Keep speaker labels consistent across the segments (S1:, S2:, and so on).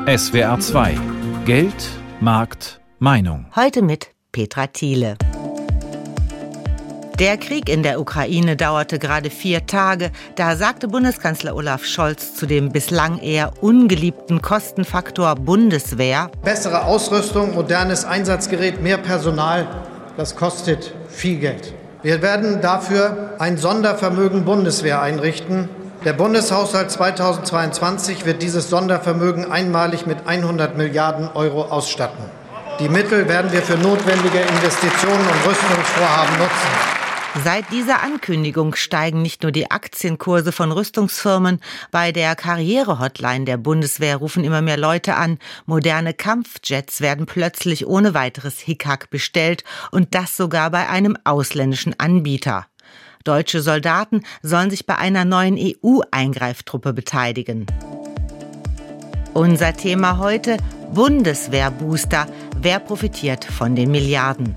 S1: SWR 2 Geld, Markt, Meinung.
S2: Heute mit Petra Thiele. Der Krieg in der Ukraine dauerte gerade 4 Tage. Da sagte Bundeskanzler Olaf Scholz zu dem bislang eher ungeliebten Kostenfaktor Bundeswehr:
S3: Bessere Ausrüstung, modernes Einsatzgerät, mehr Personal, das kostet viel Geld. Wir werden dafür ein Sondervermögen Bundeswehr einrichten. Der Bundeshaushalt 2022 wird dieses Sondervermögen einmalig mit 100 Milliarden Euro ausstatten. Die Mittel werden wir für notwendige Investitionen und Rüstungsvorhaben nutzen.
S2: Seit dieser Ankündigung steigen nicht nur die Aktienkurse von Rüstungsfirmen. Bei der Karriere-Hotline der Bundeswehr rufen immer mehr Leute an. Moderne Kampfjets werden plötzlich ohne weiteres Hickhack bestellt und das sogar bei einem ausländischen Anbieter. Deutsche Soldaten sollen sich bei einer neuen EU-Eingreiftruppe beteiligen. Unser Thema heute: Bundeswehrbooster. Wer profitiert von den Milliarden?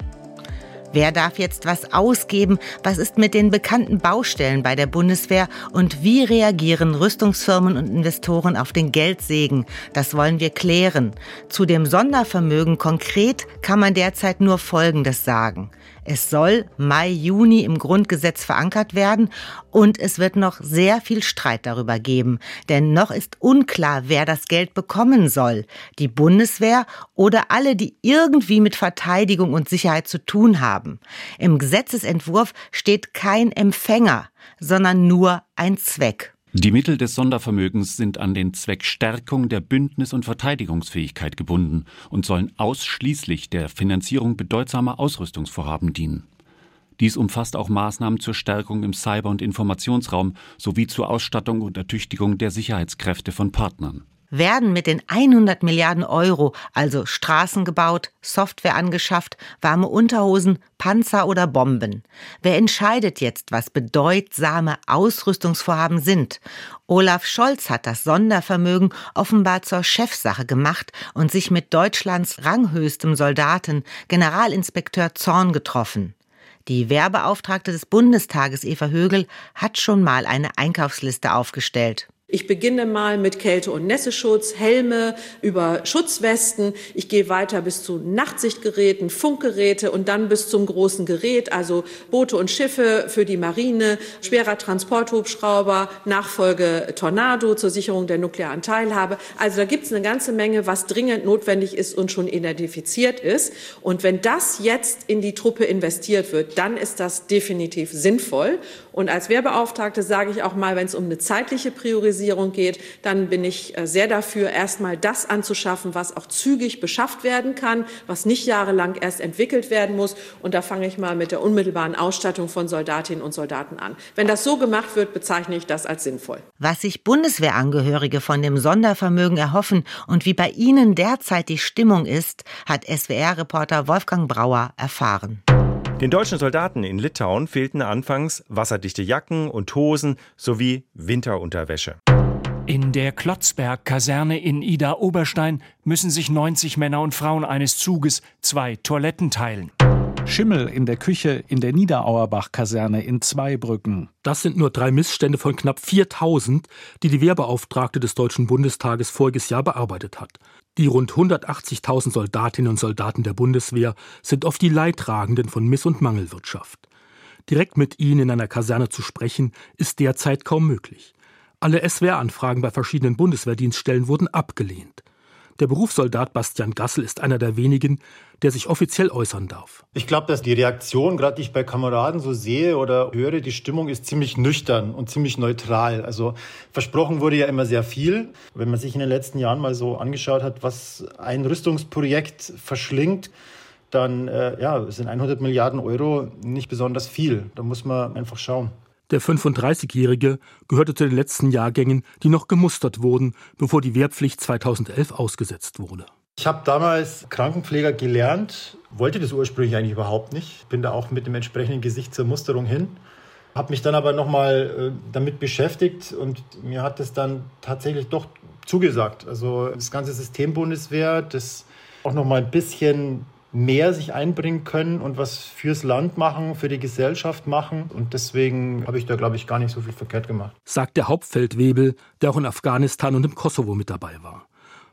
S2: Wer darf jetzt was ausgeben? Was ist mit den bekannten Baustellen bei der Bundeswehr? Und wie reagieren Rüstungsfirmen und Investoren auf den Geldsegen? Das wollen wir klären. Zu dem Sondervermögen konkret kann man derzeit nur Folgendes sagen: Es soll Mai, Juni im Grundgesetz verankert werden und es wird noch sehr viel Streit darüber geben. Denn noch ist unklar, wer das Geld bekommen soll. Die Bundeswehr oder alle, die irgendwie mit Verteidigung und Sicherheit zu tun haben. Im Gesetzesentwurf steht kein Empfänger, sondern nur ein Zweck.
S4: Die Mittel des Sondervermögens sind an den Zweck Stärkung der Bündnis- und Verteidigungsfähigkeit gebunden und sollen ausschließlich der Finanzierung bedeutsamer Ausrüstungsvorhaben dienen. Dies umfasst auch Maßnahmen zur Stärkung im Cyber- und Informationsraum sowie zur Ausstattung und Ertüchtigung der Sicherheitskräfte von Partnern.
S2: Werden mit den 100 Milliarden Euro also Straßen gebaut, Software angeschafft, warme Unterhosen, Panzer oder Bomben? Wer entscheidet jetzt, was bedeutsame Ausrüstungsvorhaben sind? Olaf Scholz hat das Sondervermögen offenbar zur Chefsache gemacht und sich mit Deutschlands ranghöchstem Soldaten, Generalinspekteur Zorn, getroffen. Die Wehrbeauftragte des Bundestages, Eva Högel, hat schon mal eine Einkaufsliste aufgestellt.
S5: Ich beginne mal mit Kälte- und Nässeschutz, Helme, über Schutzwesten. Ich gehe weiter bis zu Nachtsichtgeräten, Funkgeräte und dann bis zum großen Gerät, also Boote und Schiffe für die Marine, schwerer Transporthubschrauber, Nachfolge Tornado zur Sicherung der nuklearen Teilhabe. Also da gibt es eine ganze Menge, was dringend notwendig ist und schon identifiziert ist. Und wenn das jetzt in die Truppe investiert wird, dann ist das definitiv sinnvoll. Und als Wehrbeauftragte sage ich auch mal, wenn es um eine zeitliche Priorisierung geht, dann bin ich sehr dafür, erstmal das anzuschaffen, was auch zügig beschafft werden kann, was nicht jahrelang erst entwickelt werden muss. Und da fange ich mal mit der unmittelbaren Ausstattung von Soldatinnen und Soldaten an. Wenn das so gemacht wird, bezeichne ich das als sinnvoll.
S2: Was sich Bundeswehrangehörige von dem Sondervermögen erhoffen und wie bei ihnen derzeit die Stimmung ist, hat SWR-Reporter Wolfgang Brauer erfahren.
S6: Den deutschen Soldaten in Litauen fehlten anfangs wasserdichte Jacken und Hosen sowie Winterunterwäsche.
S7: In der Klotzberg-Kaserne in Idar-Oberstein müssen sich 90 Männer und Frauen eines Zuges 2 Toiletten teilen.
S8: Schimmel in der Küche in der Niederauerbach-Kaserne in Zweibrücken.
S9: Das sind nur 3 Missstände von knapp 4000, die die Wehrbeauftragte des Deutschen Bundestages voriges Jahr bearbeitet hat. Die rund 180.000 Soldatinnen und Soldaten der Bundeswehr sind oft die Leidtragenden von Miss- und Mangelwirtschaft. Direkt mit ihnen in einer Kaserne zu sprechen, ist derzeit kaum möglich. Alle SWR-Anfragen bei verschiedenen Bundeswehrdienststellen wurden abgelehnt. Der Berufssoldat Bastian Gassel ist einer der wenigen, der sich offiziell äußern darf.
S10: Ich glaube, dass die Reaktion, gerade die ich bei Kameraden so sehe oder höre, die Stimmung ist ziemlich nüchtern und ziemlich neutral. Also versprochen wurde ja immer sehr viel. Wenn man sich in den letzten Jahren mal so angeschaut hat, was ein Rüstungsprojekt verschlingt, dann sind 100 Milliarden Euro nicht besonders viel. Da muss man einfach schauen.
S9: Der 35-Jährige gehörte zu den letzten Jahrgängen, die noch gemustert wurden, bevor die Wehrpflicht 2011 ausgesetzt wurde.
S10: Ich habe damals Krankenpfleger gelernt, wollte das ursprünglich eigentlich überhaupt nicht. Bin da auch mit dem entsprechenden Gesicht zur Musterung hin. Habe mich dann aber nochmal damit beschäftigt und mir hat das dann tatsächlich doch zugesagt. Also das ganze System Bundeswehr, das auch nochmal ein bisschen mehr sich einbringen können und was fürs Land machen, für die Gesellschaft machen. Und deswegen habe ich da, glaube ich, gar nicht so viel verkehrt gemacht.
S9: Sagt der Hauptfeldwebel, der auch in Afghanistan und im Kosovo mit dabei war.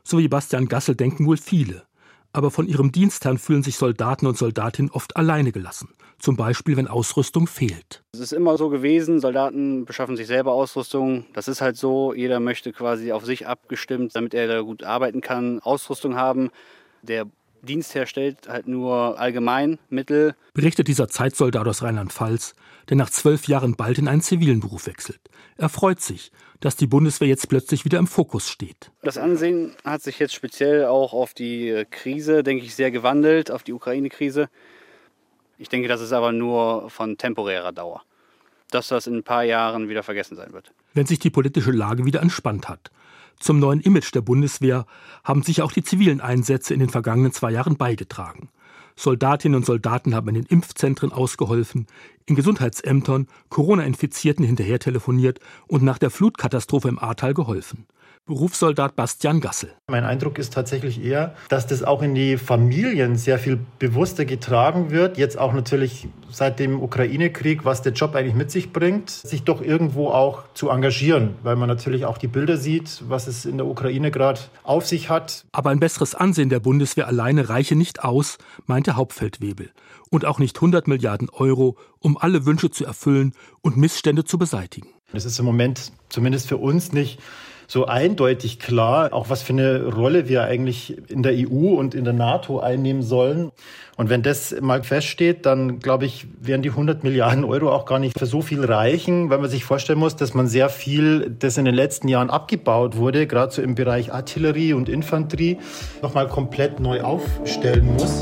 S9: So wie Bastian Gassel denken wohl viele. Aber von ihrem Dienstherrn fühlen sich Soldaten und Soldatinnen oft alleine gelassen. Zum Beispiel, wenn Ausrüstung fehlt.
S11: Es ist immer so gewesen, Soldaten beschaffen sich selber Ausrüstung. Das ist halt so, jeder möchte quasi auf sich abgestimmt, damit er da gut arbeiten kann, Ausrüstung haben. Der Dienstherr stellt halt nur Allgemeinmittel.
S9: Berichtet dieser Zeitsoldat aus Rheinland-Pfalz, der nach 12 Jahren bald in einen zivilen Beruf wechselt. Er freut sich, dass die Bundeswehr jetzt plötzlich wieder im Fokus steht.
S11: Das Ansehen hat sich jetzt speziell auch auf die Krise, denke ich, sehr gewandelt, auf die Ukraine-Krise. Ich denke, das ist aber nur von temporärer Dauer, dass das in ein paar Jahren wieder vergessen sein wird.
S9: Wenn sich die politische Lage wieder entspannt hat. Zum neuen Image der Bundeswehr haben sich auch die zivilen Einsätze in den vergangenen 2 Jahren beigetragen. Soldatinnen und Soldaten haben in den Impfzentren ausgeholfen, in Gesundheitsämtern Corona-Infizierten hinterher telefoniert und nach der Flutkatastrophe im Ahrtal geholfen. Berufssoldat Bastian Gassel.
S10: Mein Eindruck ist tatsächlich eher, dass das auch in die Familien sehr viel bewusster getragen wird. Jetzt auch natürlich seit dem Ukraine-Krieg, was der Job eigentlich mit sich bringt, sich doch irgendwo auch zu engagieren, weil man natürlich auch die Bilder sieht, was es in der Ukraine gerade auf sich hat.
S9: Aber ein besseres Ansehen der Bundeswehr alleine reiche nicht aus, meinte Hauptfeldwebel. Und auch nicht 100 Milliarden Euro, um alle Wünsche zu erfüllen und Missstände zu beseitigen.
S10: Das ist im Moment zumindest für uns nicht so eindeutig klar, auch was für eine Rolle wir eigentlich in der EU und in der NATO einnehmen sollen. Und wenn das mal feststeht, dann glaube ich, werden die 100 Milliarden Euro auch gar nicht für so viel reichen, weil man sich vorstellen muss, dass man sehr viel, das in den letzten Jahren abgebaut wurde, gerade so im Bereich Artillerie und Infanterie, nochmal komplett neu aufstellen muss.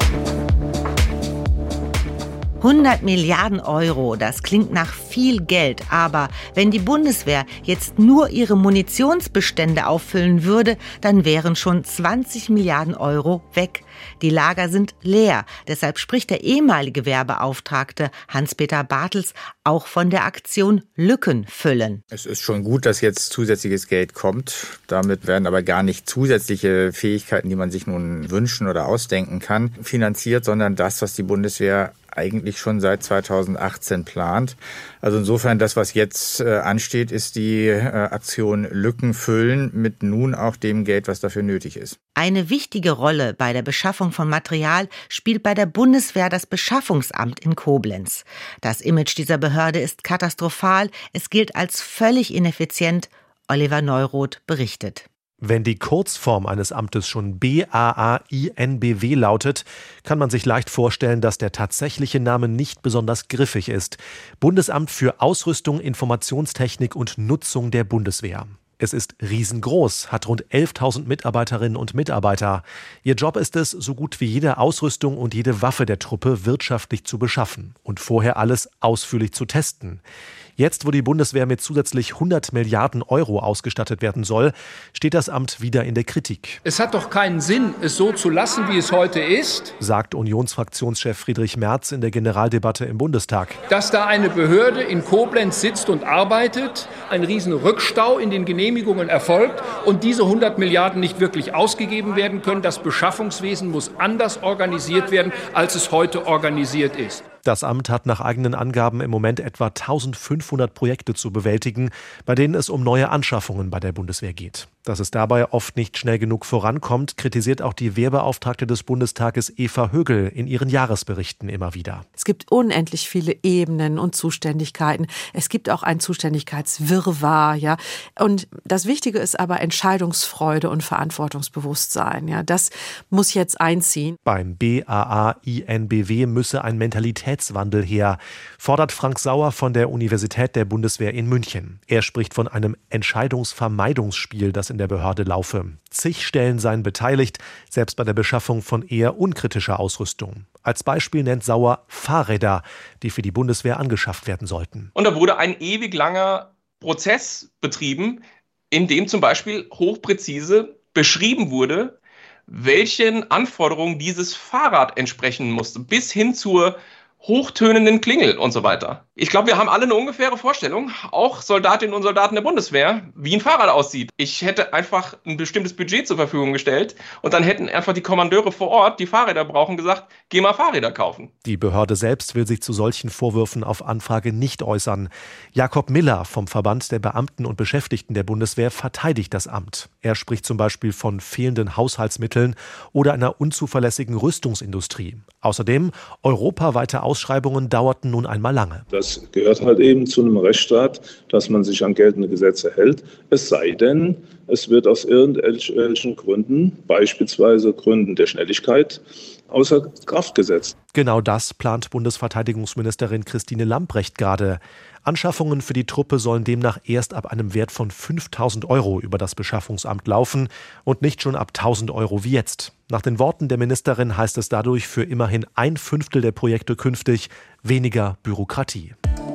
S2: 100 Milliarden Euro, das klingt nach viel Geld, aber wenn die Bundeswehr jetzt nur ihre Munitionsbestände auffüllen würde, dann wären schon 20 Milliarden Euro weg. Die Lager sind leer, deshalb spricht der ehemalige Wehrbeauftragte Hans-Peter Bartels auch von der Aktion Lücken füllen.
S12: Es ist schon gut, dass jetzt zusätzliches Geld kommt. Damit werden aber gar nicht zusätzliche Fähigkeiten, die man sich nun wünschen oder ausdenken kann, finanziert, sondern das, was die Bundeswehr eigentlich schon seit 2018 plant. Also insofern, das, was jetzt ansteht, ist die Aktion Lücken füllen mit nun auch dem Geld, was dafür nötig ist.
S2: Eine wichtige Rolle bei der Beschaffung von Material spielt bei der Bundeswehr das Beschaffungsamt in Koblenz. Das Image dieser Behörde ist katastrophal. Es gilt als völlig ineffizient. Oliver Neuroth berichtet.
S13: Wenn die Kurzform eines Amtes schon BAAINBW lautet, kann man sich leicht vorstellen, dass der tatsächliche Name nicht besonders griffig ist. Bundesamt für Ausrüstung, Informationstechnik und Nutzung der Bundeswehr. Es ist riesengroß, hat rund 11.000 Mitarbeiterinnen und Mitarbeiter. Ihr Job ist es, so gut wie jede Ausrüstung und jede Waffe der Truppe wirtschaftlich zu beschaffen und vorher alles ausführlich zu testen. Jetzt, wo die Bundeswehr mit zusätzlich 100 Milliarden Euro ausgestattet werden soll, steht das Amt wieder in der Kritik.
S14: Es hat doch keinen Sinn, es so zu lassen, wie es heute ist,
S13: sagt Unionsfraktionschef Friedrich Merz in der Generaldebatte im Bundestag.
S14: Dass da eine Behörde in Koblenz sitzt und arbeitet, ein riesen Rückstau in den Genehmigungen erfolgt und diese 100 Milliarden nicht wirklich ausgegeben werden können. Das Beschaffungswesen muss anders organisiert werden, als es heute organisiert ist.
S13: Das Amt hat nach eigenen Angaben im Moment etwa 1500 Projekte zu bewältigen, bei denen es um neue Anschaffungen bei der Bundeswehr geht. Dass es dabei oft nicht schnell genug vorankommt, kritisiert auch die Wehrbeauftragte des Bundestages Eva Högel in ihren Jahresberichten immer wieder.
S15: Es gibt unendlich viele Ebenen und Zuständigkeiten. Es gibt auch ein Zuständigkeitswirrwarr, ja. Und das Wichtige ist aber Entscheidungsfreude und Verantwortungsbewusstsein, ja. Das muss jetzt einziehen.
S13: Beim BAAINBW müsse ein Mentalitätswandel her, fordert Frank Sauer von der Universität der Bundeswehr in München. Er spricht von einem Entscheidungsvermeidungsspiel, das in der Behörde laufe. Zig Stellen seien beteiligt, selbst bei der Beschaffung von eher unkritischer Ausrüstung. Als Beispiel nennt Sauer Fahrräder, die für die Bundeswehr angeschafft werden sollten.
S16: Und da wurde ein ewig langer Prozess betrieben, in dem zum Beispiel hochpräzise beschrieben wurde, welchen Anforderungen dieses Fahrrad entsprechen musste, bis hin zur hochtönenden Klingel und so weiter. Ich glaube, wir haben alle eine ungefähre Vorstellung, auch Soldatinnen und Soldaten der Bundeswehr, wie ein Fahrrad aussieht. Ich hätte einfach ein bestimmtes Budget zur Verfügung gestellt und dann hätten einfach die Kommandeure vor Ort, die Fahrräder brauchen, gesagt, geh mal Fahrräder kaufen.
S13: Die Behörde selbst will sich zu solchen Vorwürfen auf Anfrage nicht äußern. Jakob Miller vom Verband der Beamten und Beschäftigten der Bundeswehr verteidigt das Amt. Er spricht zum Beispiel von fehlenden Haushaltsmitteln oder einer unzuverlässigen Rüstungsindustrie. Außerdem, europaweite Ausschreibungen dauerten nun einmal lange.
S17: Das gehört halt eben zu einem Rechtsstaat, dass man sich an geltende Gesetze hält. Es sei denn, es wird aus irgendwelchen Gründen, beispielsweise Gründen der Schnelligkeit, außer Kraft gesetzt.
S13: Genau das plant Bundesverteidigungsministerin Christine Lambrecht gerade. Anschaffungen für die Truppe sollen demnach erst ab einem Wert von 5.000 € über das Beschaffungsamt laufen und nicht schon ab 1.000 € wie jetzt. Nach den Worten der Ministerin heißt es dadurch für immerhin 1/5 der Projekte künftig weniger Bürokratie.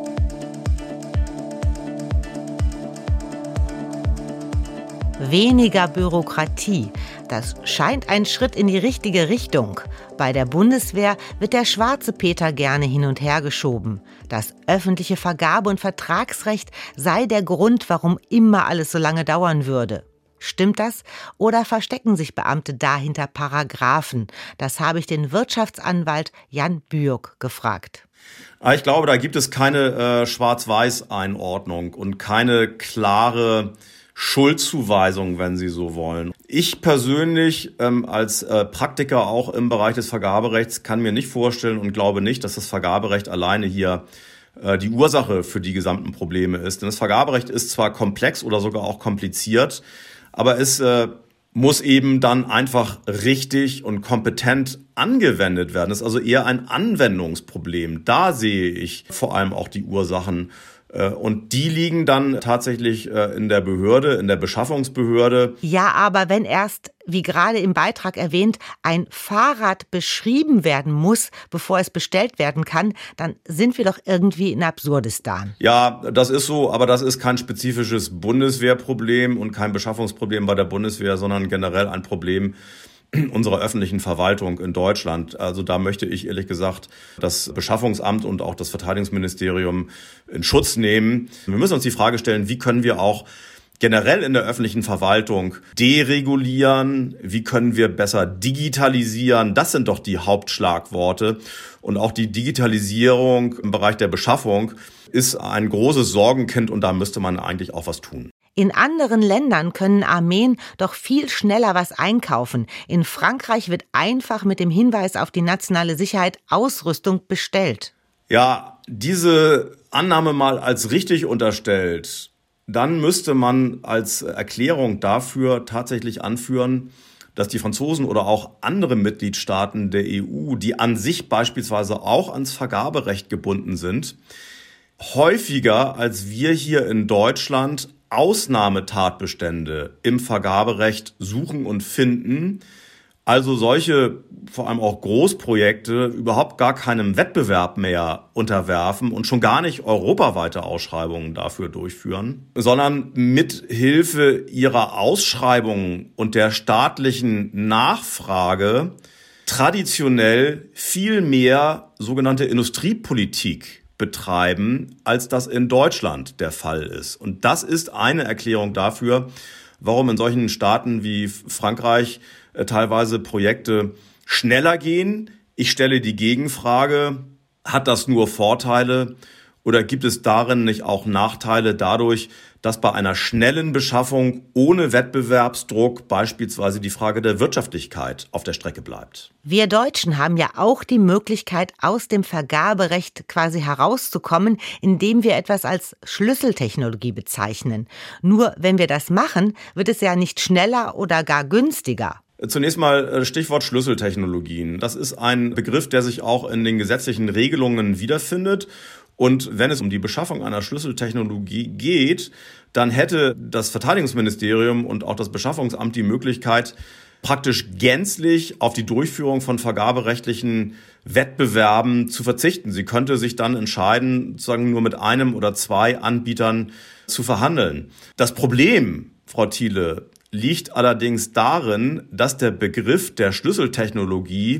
S2: Weniger Bürokratie. Das scheint ein Schritt in die richtige Richtung. Bei der Bundeswehr wird der schwarze Peter gerne hin und her geschoben. Das öffentliche Vergabe- und Vertragsrecht sei der Grund, warum immer alles so lange dauern würde. Stimmt das? Oder verstecken sich Beamte dahinter Paragraphen? Das habe ich den Wirtschaftsanwalt Jan Büok gefragt.
S18: Ich glaube, da gibt es keine Schwarz-Weiß-Einordnung und keine klare Schuldzuweisung, wenn Sie so wollen. Ich persönlich als Praktiker auch im Bereich des Vergaberechts kann mir nicht vorstellen und glaube nicht, dass das Vergaberecht alleine hier die Ursache für die gesamten Probleme ist. Denn das Vergaberecht ist zwar komplex oder sogar auch kompliziert, aber es muss eben dann einfach richtig und kompetent angewendet werden. Das ist also eher ein Anwendungsproblem. Da sehe ich vor allem auch die Ursachen. Und die liegen dann tatsächlich in der Behörde, in der Beschaffungsbehörde.
S2: Ja, aber wenn erst, wie gerade im Beitrag erwähnt, ein Fahrrad beschrieben werden muss, bevor es bestellt werden kann, dann sind wir doch irgendwie in Absurdistan.
S18: Ja, das ist so, aber das ist kein spezifisches Bundeswehrproblem und kein Beschaffungsproblem bei der Bundeswehr, sondern generell ein Problem unserer öffentlichen Verwaltung in Deutschland. Also da möchte ich ehrlich gesagt das Beschaffungsamt und auch das Verteidigungsministerium in Schutz nehmen. Wir müssen uns die Frage stellen, wie können wir auch generell in der öffentlichen Verwaltung deregulieren? Wie können wir besser digitalisieren? Das sind doch die Hauptschlagworte. Und auch die Digitalisierung im Bereich der Beschaffung ist ein großes Sorgenkind und da müsste man eigentlich auch was tun.
S2: In anderen Ländern können Armeen doch viel schneller was einkaufen. In Frankreich wird einfach mit dem Hinweis auf die nationale Sicherheit Ausrüstung bestellt.
S18: Ja, diese Annahme mal als richtig unterstellt, dann müsste man als Erklärung dafür tatsächlich anführen, dass die Franzosen oder auch andere Mitgliedstaaten der EU, die an sich beispielsweise auch ans Vergaberecht gebunden sind, häufiger als wir hier in Deutschland Ausnahmetatbestände im Vergaberecht suchen und finden, also solche, vor allem auch Großprojekte, überhaupt gar keinem Wettbewerb mehr unterwerfen und schon gar nicht europaweite Ausschreibungen dafür durchführen, sondern mit Hilfe ihrer Ausschreibungen und der staatlichen Nachfrage traditionell viel mehr sogenannte Industriepolitik betreiben, als das in Deutschland der Fall ist. Und das ist eine Erklärung dafür, warum in solchen Staaten wie Frankreich teilweise Projekte schneller gehen. Ich stelle die Gegenfrage, hat das nur Vorteile oder gibt es darin nicht auch Nachteile dadurch, dass bei einer schnellen Beschaffung ohne Wettbewerbsdruck beispielsweise die Frage der Wirtschaftlichkeit auf der Strecke bleibt?
S2: Wir Deutschen haben ja auch die Möglichkeit, aus dem Vergaberecht quasi herauszukommen, indem wir etwas als Schlüsseltechnologie bezeichnen. Nur wenn wir das machen, wird es ja nicht schneller oder gar günstiger.
S18: Zunächst mal Stichwort Schlüsseltechnologien. Das ist ein Begriff, der sich auch in den gesetzlichen Regelungen wiederfindet. Und wenn es um die Beschaffung einer Schlüsseltechnologie geht, dann hätte das Verteidigungsministerium und auch das Beschaffungsamt die Möglichkeit, praktisch gänzlich auf die Durchführung von vergaberechtlichen Wettbewerben zu verzichten. Sie könnte sich dann entscheiden, sozusagen nur mit einem oder zwei Anbietern zu verhandeln. Das Problem, Frau Thiele, liegt allerdings darin, dass der Begriff der Schlüsseltechnologie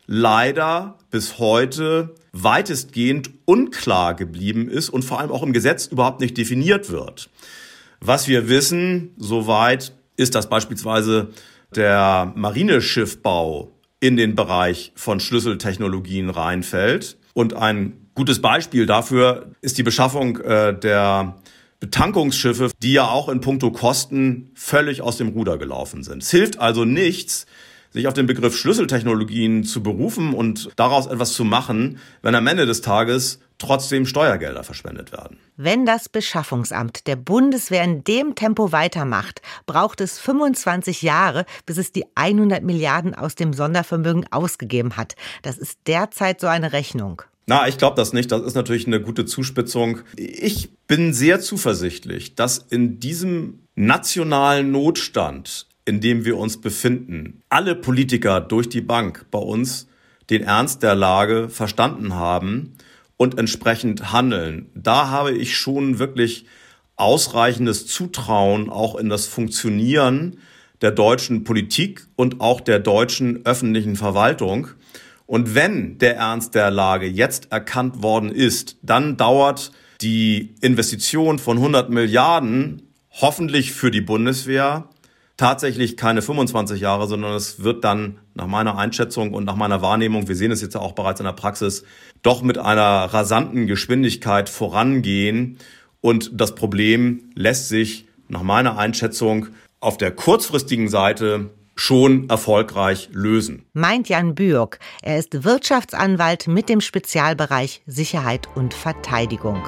S18: leider bis heute weitestgehend unklar geblieben ist und vor allem auch im Gesetz überhaupt nicht definiert wird. Was wir wissen, soweit, ist, dass beispielsweise der Marineschiffbau in den Bereich von Schlüsseltechnologien reinfällt. Und ein gutes Beispiel dafür ist die Beschaffung der Betankungsschiffe, die ja auch in puncto Kosten völlig aus dem Ruder gelaufen sind. Es hilft also nichts, sich auf den Begriff Schlüsseltechnologien zu berufen und daraus etwas zu machen, wenn am Ende des Tages trotzdem Steuergelder verschwendet werden.
S2: Wenn das Beschaffungsamt der Bundeswehr in dem Tempo weitermacht, braucht es 25 Jahre, bis es die 100 Milliarden aus dem Sondervermögen ausgegeben hat. Das ist derzeit so eine Rechnung.
S18: Na, ich glaube das nicht. Das ist natürlich eine gute Zuspitzung. Ich bin sehr zuversichtlich, dass in diesem nationalen Notstand, in dem wir uns befinden, alle Politiker durch die Bank bei uns den Ernst der Lage verstanden haben und entsprechend handeln. Da habe ich schon wirklich ausreichendes Zutrauen auch in das Funktionieren der deutschen Politik und auch der deutschen öffentlichen Verwaltung. Und wenn der Ernst der Lage jetzt erkannt worden ist, dann dauert die Investition von 100 Milliarden hoffentlich für die Bundeswehr tatsächlich keine 25 Jahre, sondern es wird dann nach meiner Einschätzung und nach meiner Wahrnehmung, wir sehen es jetzt auch bereits in der Praxis, doch mit einer rasanten Geschwindigkeit vorangehen. Und das Problem lässt sich nach meiner Einschätzung auf der kurzfristigen Seite schon erfolgreich lösen.
S2: Meint Jan Büok. Er ist Wirtschaftsanwalt mit dem Spezialbereich Sicherheit und Verteidigung.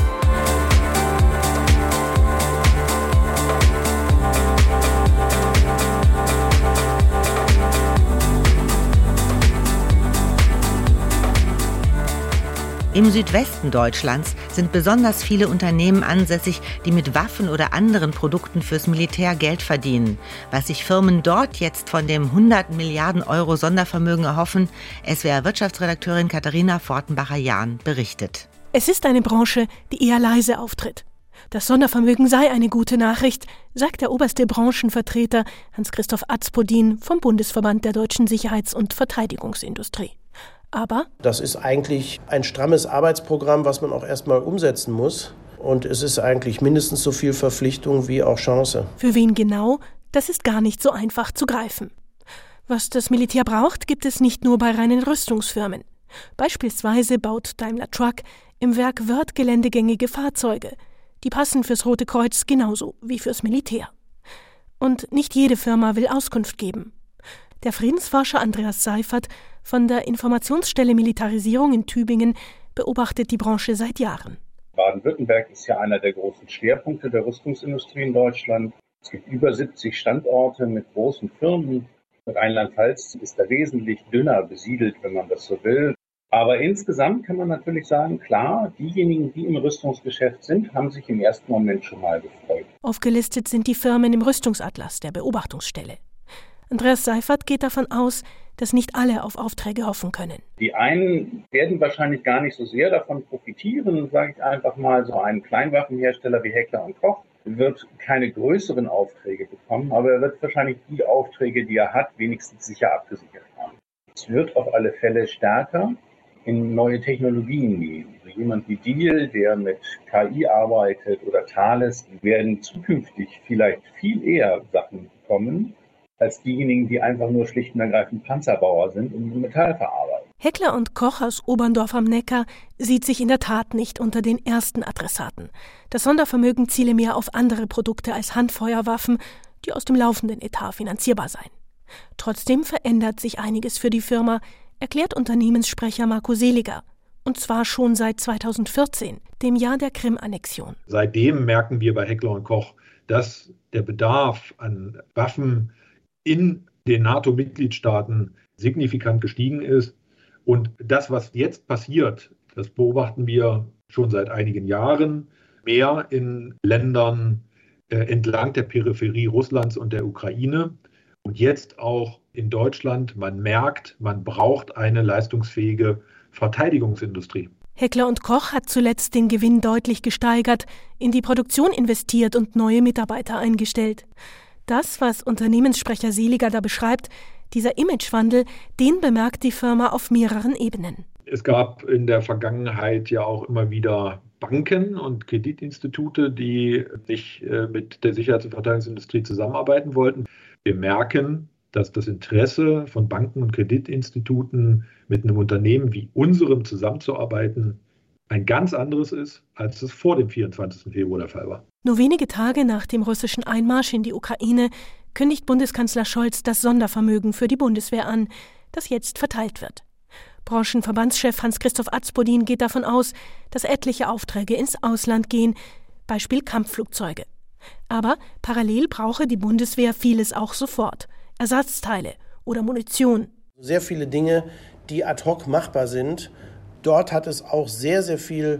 S2: Im Südwesten Deutschlands sind besonders viele Unternehmen ansässig, die mit Waffen oder anderen Produkten fürs Militär Geld verdienen. Was sich Firmen dort jetzt von dem 100 Milliarden Euro Sondervermögen erhoffen, SWR-Wirtschaftsredakteurin Katharina Fortenbacher-Jahn berichtet.
S19: Es ist eine Branche, die eher leise auftritt. Das Sondervermögen sei eine gute Nachricht, sagt der oberste Branchenvertreter Hans-Christoph Atzpodin vom Bundesverband der deutschen Sicherheits- und Verteidigungsindustrie. Aber
S20: das ist eigentlich ein strammes Arbeitsprogramm, was man auch erstmal umsetzen muss. Und es ist eigentlich mindestens so viel Verpflichtung wie auch Chance.
S19: Für wen genau, das ist gar nicht so einfach zu greifen. Was das Militär braucht, gibt es nicht nur bei reinen Rüstungsfirmen. Beispielsweise baut Daimler Truck im Werk Wörth geländegängige Fahrzeuge. Die passen fürs Rote Kreuz genauso wie fürs Militär. Und nicht jede Firma will Auskunft geben. Der Friedensforscher Andreas Seifert von der Informationsstelle Militarisierung in Tübingen beobachtet die Branche seit Jahren.
S21: Baden-Württemberg ist ja einer der großen Schwerpunkte der Rüstungsindustrie in Deutschland. Es gibt über 70 Standorte mit großen Firmen. Rheinland-Pfalz ist da wesentlich dünner besiedelt, wenn man das so will. Aber insgesamt kann man natürlich sagen, klar, diejenigen, die im Rüstungsgeschäft sind, haben sich im ersten Moment schon mal gefreut.
S19: Aufgelistet sind die Firmen im Rüstungsatlas der Beobachtungsstelle. Andreas Seifert geht davon aus, dass nicht alle auf Aufträge hoffen können.
S21: Die einen werden wahrscheinlich gar nicht so sehr davon profitieren, sage ich einfach mal. So ein Kleinwaffenhersteller wie Heckler & Koch wird keine größeren Aufträge bekommen, aber er wird wahrscheinlich die Aufträge, die er hat, wenigstens sicher abgesichert haben. Es wird auf alle Fälle stärker in neue Technologien gehen. Also jemand wie Diehl, der mit KI arbeitet, oder Thales, werden zukünftig vielleicht viel eher Sachen bekommen, als diejenigen, die einfach nur schlicht und ergreifend Panzerbauer sind und Metall verarbeiten.
S19: Heckler & Koch aus Oberndorf am Neckar sieht sich in der Tat nicht unter den ersten Adressaten. Das Sondervermögen ziele mehr auf andere Produkte als Handfeuerwaffen, die aus dem laufenden Etat finanzierbar seien. Trotzdem verändert sich einiges für die Firma, erklärt Unternehmenssprecher Marco Seliger. Und zwar schon seit 2014, dem Jahr der Krim-Annexion.
S22: Seitdem merken wir bei Heckler & Koch, dass der Bedarf an Waffen in den NATO-Mitgliedstaaten signifikant gestiegen ist. Und das, was jetzt passiert, das beobachten wir schon seit einigen Jahren, mehr in Ländern entlang der Peripherie Russlands und der Ukraine und jetzt auch in Deutschland. Man merkt, man braucht eine leistungsfähige Verteidigungsindustrie.
S19: Heckler & Koch hat zuletzt den Gewinn deutlich gesteigert, in die Produktion investiert und neue Mitarbeiter eingestellt. Das, was Unternehmenssprecher Seliger da beschreibt, dieser Imagewandel, den bemerkt die Firma auf mehreren Ebenen.
S22: Es gab in der Vergangenheit ja auch immer wieder Banken und Kreditinstitute, die nicht mit der Sicherheits- und Verteidigungsindustrie zusammenarbeiten wollten. Wir merken, dass das Interesse von Banken und Kreditinstituten mit einem Unternehmen wie unserem zusammenzuarbeiten ein ganz anderes ist, als es vor dem 24. Februar der Fall war.
S19: Nur wenige Tage nach dem russischen Einmarsch in die Ukraine kündigt Bundeskanzler Scholz das Sondervermögen für die Bundeswehr an, das jetzt verteilt wird. Branchenverbandschef Hans-Christoph Atzpodin geht davon aus, dass etliche Aufträge ins Ausland gehen, Beispiel Kampfflugzeuge. Aber parallel brauche die Bundeswehr vieles auch sofort. Ersatzteile oder Munition.
S20: Sehr viele Dinge, die ad hoc machbar sind. Dort hat es auch sehr, sehr viel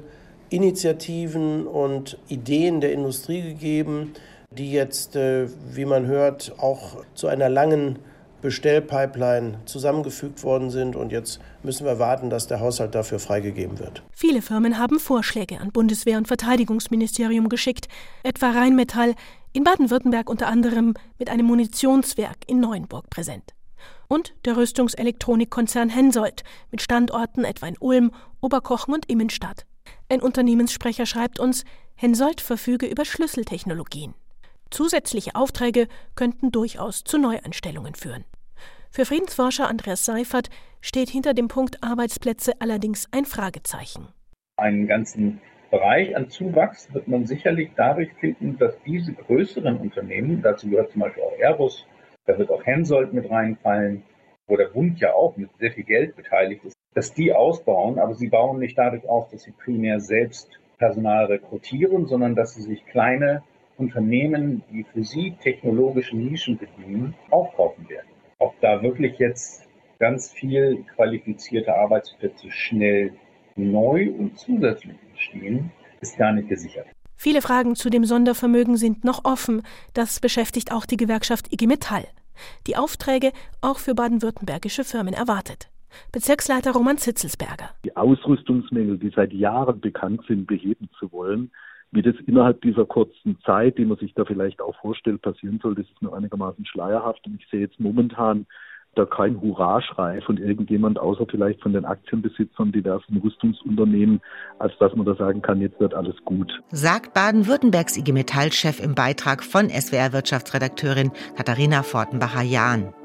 S20: Initiativen und Ideen der Industrie gegeben, die jetzt, wie man hört, auch zu einer langen Bestellpipeline zusammengefügt worden sind. Und jetzt müssen wir warten, dass der Haushalt dafür freigegeben wird.
S19: Viele Firmen haben Vorschläge an Bundeswehr- und Verteidigungsministerium geschickt, etwa Rheinmetall, in Baden-Württemberg unter anderem mit einem Munitionswerk in Neuenburg präsent. Und der Rüstungselektronikkonzern Hensoldt mit Standorten etwa in Ulm, Oberkochen und Immenstadt. Ein Unternehmenssprecher schreibt uns, Hensoldt verfüge über Schlüsseltechnologien. Zusätzliche Aufträge könnten durchaus zu Neueinstellungen führen. Für Friedensforscher Andreas Seifert steht hinter dem Punkt Arbeitsplätze allerdings ein Fragezeichen.
S21: Einen ganzen Bereich an Zuwachs wird man sicherlich dadurch finden, dass diese größeren Unternehmen, dazu gehört zum Beispiel auch Airbus, da wird auch Hensoldt mit reinfallen, wo der Bund ja auch mit sehr viel Geld beteiligt ist, dass die ausbauen, aber sie bauen nicht dadurch auf, dass sie primär selbst Personal rekrutieren, sondern dass sie sich kleine Unternehmen, die für sie technologische Nischen bedienen, aufkaufen werden. Ob da wirklich jetzt ganz viel qualifizierte Arbeitsplätze schnell neu und zusätzlich entstehen, ist gar nicht gesichert.
S19: Viele Fragen zu dem Sondervermögen sind noch offen. Das beschäftigt auch die Gewerkschaft IG Metall, die Aufträge auch für baden-württembergische Firmen erwartet. Bezirksleiter Roman Zitzelsberger.
S1: Die Ausrüstungsmängel, die seit Jahren bekannt sind, beheben zu wollen, wie das innerhalb dieser kurzen Zeit, die man sich da vielleicht auch vorstellt, passieren soll, das ist nur einigermaßen schleierhaft. Und ich sehe jetzt momentan da kein Hurraschrei von irgendjemand, außer vielleicht von den Aktienbesitzern diversen Rüstungsunternehmen, als dass man da sagen kann, jetzt wird alles gut.
S2: Sagt Baden-Württembergs IG Metall-Chef im Beitrag von SWR-Wirtschaftsredakteurin Katharina Fortenbacher-Jahn.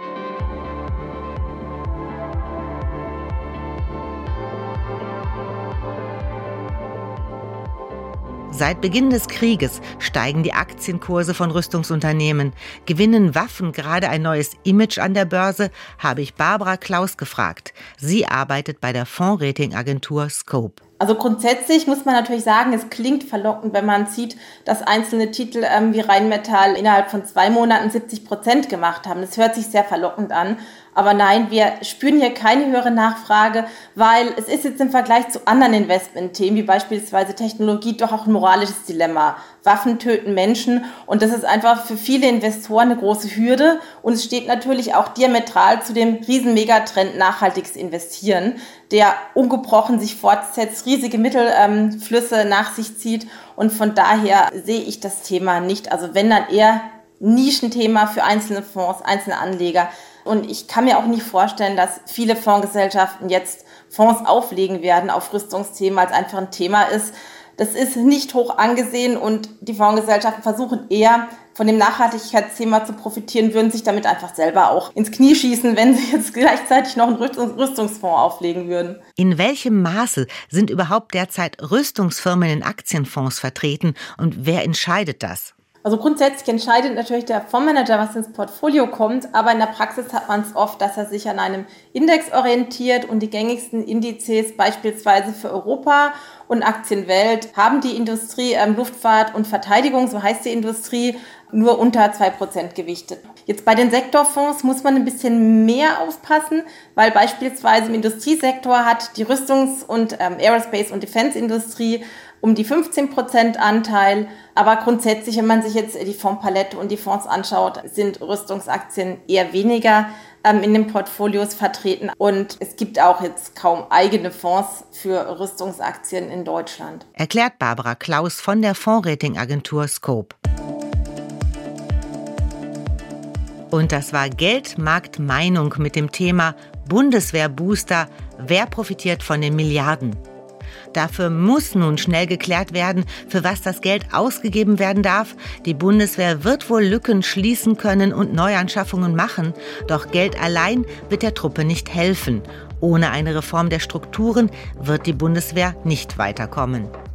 S2: Seit Beginn des Krieges steigen die Aktienkurse von Rüstungsunternehmen. Gewinnen Waffen gerade ein neues Image an der Börse, habe ich Barbara Klaus gefragt. Sie arbeitet bei der Fondsratingagentur Scope.
S3: Also grundsätzlich muss man natürlich sagen, es klingt verlockend, wenn man sieht, dass einzelne Titel wie Rheinmetall innerhalb von 2 Monaten 70% gemacht haben. Das hört sich sehr verlockend an. Aber nein, wir spüren hier keine höhere Nachfrage, weil es ist jetzt im Vergleich zu anderen Investmentthemen, wie beispielsweise Technologie, doch auch ein moralisches Dilemma. Waffen töten Menschen und das ist einfach für viele Investoren eine große Hürde. Und es steht natürlich auch diametral zu dem riesen Megatrend nachhaltiges Investieren, der ungebrochen sich fortsetzt, riesige Mittelflüsse nach sich zieht. Und von daher sehe ich das Thema nicht. Also wenn, dann eher Nischenthema für einzelne Fonds, einzelne Anleger. Und ich kann mir auch nicht vorstellen, dass viele Fondsgesellschaften jetzt Fonds auflegen werden auf Rüstungsthemen, weil es einfach ein Thema ist. Das ist nicht hoch angesehen und die Fondsgesellschaften versuchen eher von dem Nachhaltigkeitsthema zu profitieren, würden sich damit einfach selber auch ins Knie schießen, wenn sie jetzt gleichzeitig noch einen Rüstungsfonds auflegen würden.
S2: In welchem Maße sind überhaupt derzeit Rüstungsfirmen in Aktienfonds vertreten und wer entscheidet das?
S3: Also grundsätzlich entscheidet natürlich der Fondsmanager, was ins Portfolio kommt, aber in der Praxis hat man es oft, dass er sich an einem Index orientiert und die gängigsten Indizes beispielsweise für Europa und Aktienwelt haben die Industrie Luftfahrt und Verteidigung, so heißt die Industrie, nur unter 2% gewichtet. Jetzt bei den Sektorfonds muss man ein bisschen mehr aufpassen, weil beispielsweise im Industriesektor hat die Rüstungs- und Aerospace- und Defense-Industrie um die 15% Anteil. Aber grundsätzlich, wenn man sich jetzt die Fondspalette und die Fonds anschaut, sind Rüstungsaktien eher weniger in den Portfolios vertreten. Und es gibt auch jetzt kaum eigene Fonds für Rüstungsaktien in Deutschland.
S2: Erklärt Barbara Klaus von der Fondsratingagentur Scope. Und das war Geld, Markt, Meinung mit dem Thema Bundeswehrbooster. Wer profitiert von den Milliarden? Dafür muss nun schnell geklärt werden, für was das Geld ausgegeben werden darf. Die Bundeswehr wird wohl Lücken schließen können und Neuanschaffungen machen. Doch Geld allein wird der Truppe nicht helfen. Ohne eine Reform der Strukturen wird die Bundeswehr nicht weiterkommen.